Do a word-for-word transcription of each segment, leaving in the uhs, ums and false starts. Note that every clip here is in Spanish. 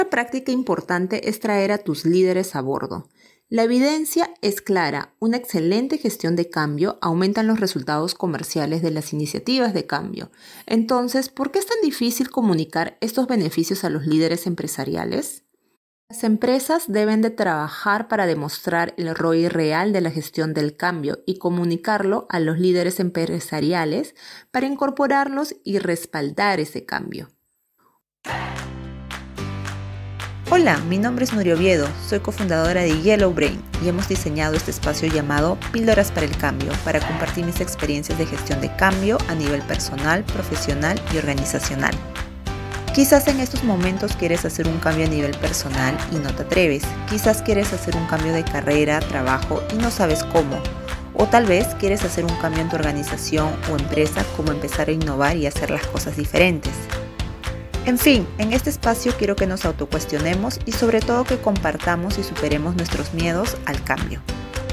Otra práctica importante es traer a tus líderes a bordo. La evidencia es clara, una excelente gestión de cambio aumenta los resultados comerciales de las iniciativas de cambio. Entonces, ¿por qué es tan difícil comunicar estos beneficios a los líderes empresariales? Las empresas deben de trabajar para demostrar el R O I real de la gestión del cambio y comunicarlo a los líderes empresariales para incorporarlos y respaldar ese cambio. Hola, mi nombre es Nuria Oviedo, soy cofundadora de Yellow Brain y hemos diseñado este espacio llamado Píldoras para el Cambio para compartir mis experiencias de gestión de cambio a nivel personal, profesional y organizacional. Quizás en estos momentos quieres hacer un cambio a nivel personal y no te atreves. Quizás quieres hacer un cambio de carrera, trabajo y no sabes cómo. O tal vez quieres hacer un cambio en tu organización o empresa, como empezar a innovar y hacer las cosas diferentes. En fin, en este espacio quiero que nos autocuestionemos y sobre todo que compartamos y superemos nuestros miedos al cambio.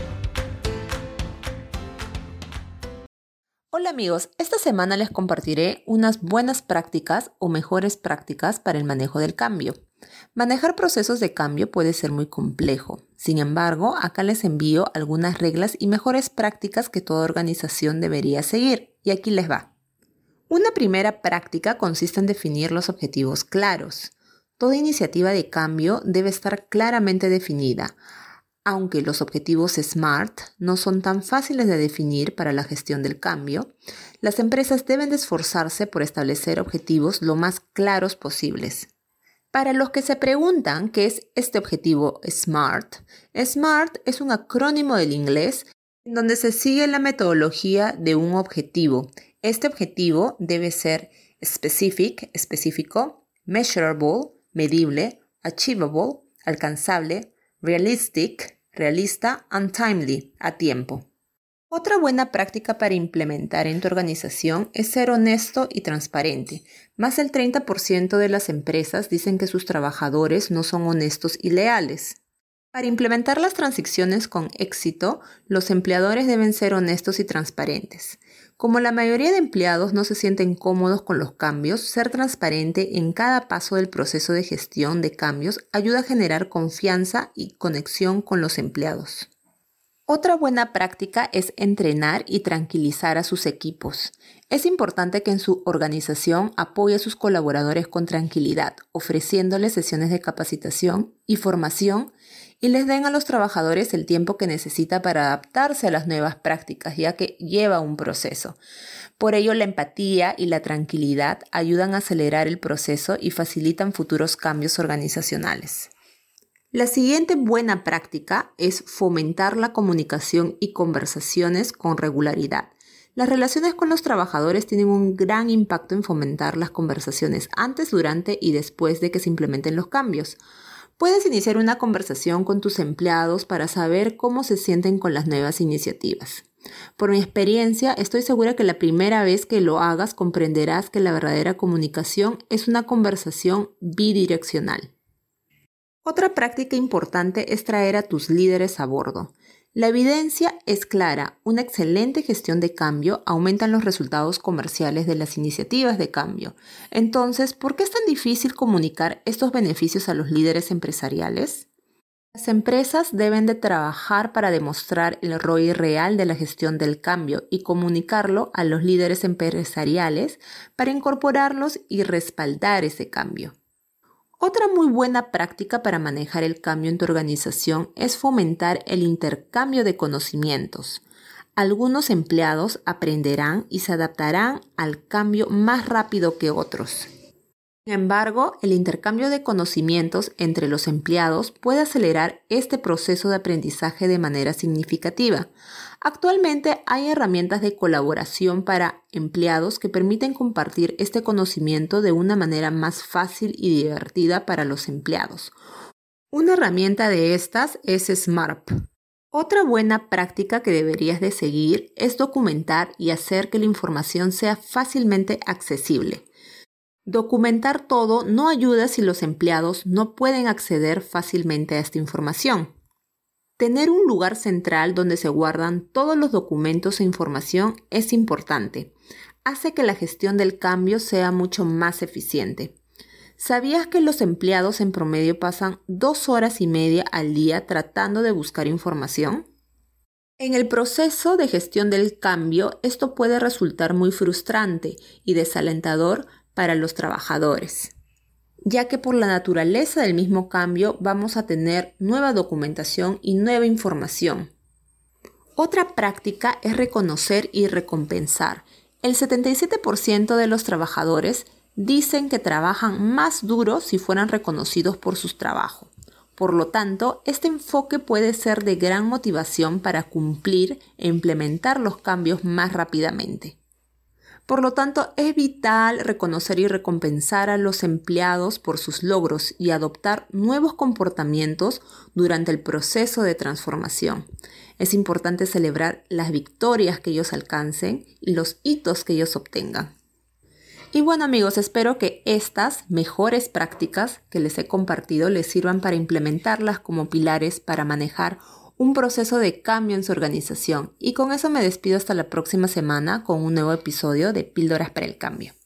Hola amigos, esta semana les compartiré unas buenas prácticas o mejores prácticas para el manejo del cambio. Manejar procesos de cambio puede ser muy complejo. Sin embargo, acá les envío algunas reglas y mejores prácticas que toda organización debería seguir. Y aquí les va. Una primera práctica consiste en definir los objetivos claros. Toda iniciativa de cambio debe estar claramente definida. Aunque los objetivos SMART no son tan fáciles de definir para la gestión del cambio, las empresas deben de esforzarse por establecer objetivos lo más claros posibles. Para los que se preguntan qué es este objetivo SMART, SMART es un acrónimo del inglés en donde se sigue la metodología de un objetivo. Este objetivo debe ser specific, específico, measurable, medible, achievable, alcanzable, realistic, realista, and timely, a tiempo. Otra buena práctica para implementar en tu organización es ser honesto y transparente. Más del treinta por ciento de las empresas dicen que sus trabajadores no son honestos y leales. Para implementar las transiciones con éxito, los empleadores deben ser honestos y transparentes. Como la mayoría de empleados no se sienten cómodos con los cambios, ser transparente en cada paso del proceso de gestión de cambios ayuda a generar confianza y conexión con los empleados. Otra buena práctica es entrenar y tranquilizar a sus equipos. Es importante que en su organización apoye a sus colaboradores con tranquilidad, ofreciéndoles sesiones de capacitación y formación y les den a los trabajadores el tiempo que necesita para adaptarse a las nuevas prácticas, ya que lleva un proceso. Por ello, la empatía y la tranquilidad ayudan a acelerar el proceso y facilitan futuros cambios organizacionales. La siguiente buena práctica es fomentar la comunicación y conversaciones con regularidad. Las relaciones con los trabajadores tienen un gran impacto en fomentar las conversaciones antes, durante y después de que se implementen los cambios. Puedes iniciar una conversación con tus empleados para saber cómo se sienten con las nuevas iniciativas. Por mi experiencia, estoy segura que la primera vez que lo hagas comprenderás que la verdadera comunicación es una conversación bidireccional. Otra práctica importante es traer a tus líderes a bordo. La evidencia es clara, una excelente gestión de cambio aumenta los resultados comerciales de las iniciativas de cambio. Entonces, ¿por qué es tan difícil comunicar estos beneficios a los líderes empresariales? Las empresas deben de trabajar para demostrar el R O I real de la gestión del cambio y comunicarlo a los líderes empresariales para incorporarlos y respaldar ese cambio. Otra muy buena práctica para manejar el cambio en tu organización es fomentar el intercambio de conocimientos. Algunos empleados aprenderán y se adaptarán al cambio más rápido que otros. Sin embargo, el intercambio de conocimientos entre los empleados puede acelerar este proceso de aprendizaje de manera significativa. Actualmente hay herramientas de colaboración para empleados que permiten compartir este conocimiento de una manera más fácil y divertida para los empleados. Una herramienta de estas es SMART. Otra buena práctica que deberías de seguir es documentar y hacer que la información sea fácilmente accesible. Documentar todo no ayuda si los empleados no pueden acceder fácilmente a esta información. Tener un lugar central donde se guardan todos los documentos e información es importante. Hace que la gestión del cambio sea mucho más eficiente. ¿Sabías que los empleados en promedio pasan dos horas y media al día tratando de buscar información? En el proceso de gestión del cambio, esto puede resultar muy frustrante y desalentador para los trabajadores, ya que por la naturaleza del mismo cambio vamos a tener nueva documentación y nueva información. Otra práctica es reconocer y recompensar. El setenta y siete por ciento de los trabajadores dicen que trabajan más duro si fueran reconocidos por sus trabajos. Por lo tanto, este enfoque puede ser de gran motivación para cumplir e implementar los cambios más rápidamente. Por lo tanto, es vital reconocer y recompensar a los empleados por sus logros y adoptar nuevos comportamientos durante el proceso de transformación. Es importante celebrar las victorias que ellos alcancen y los hitos que ellos obtengan. Y bueno amigos, espero que estas mejores prácticas que les he compartido les sirvan para implementarlas como pilares para manejar un proceso de cambio en su organización. Y con eso me despido hasta la próxima semana con un nuevo episodio de Píldoras para el Cambio.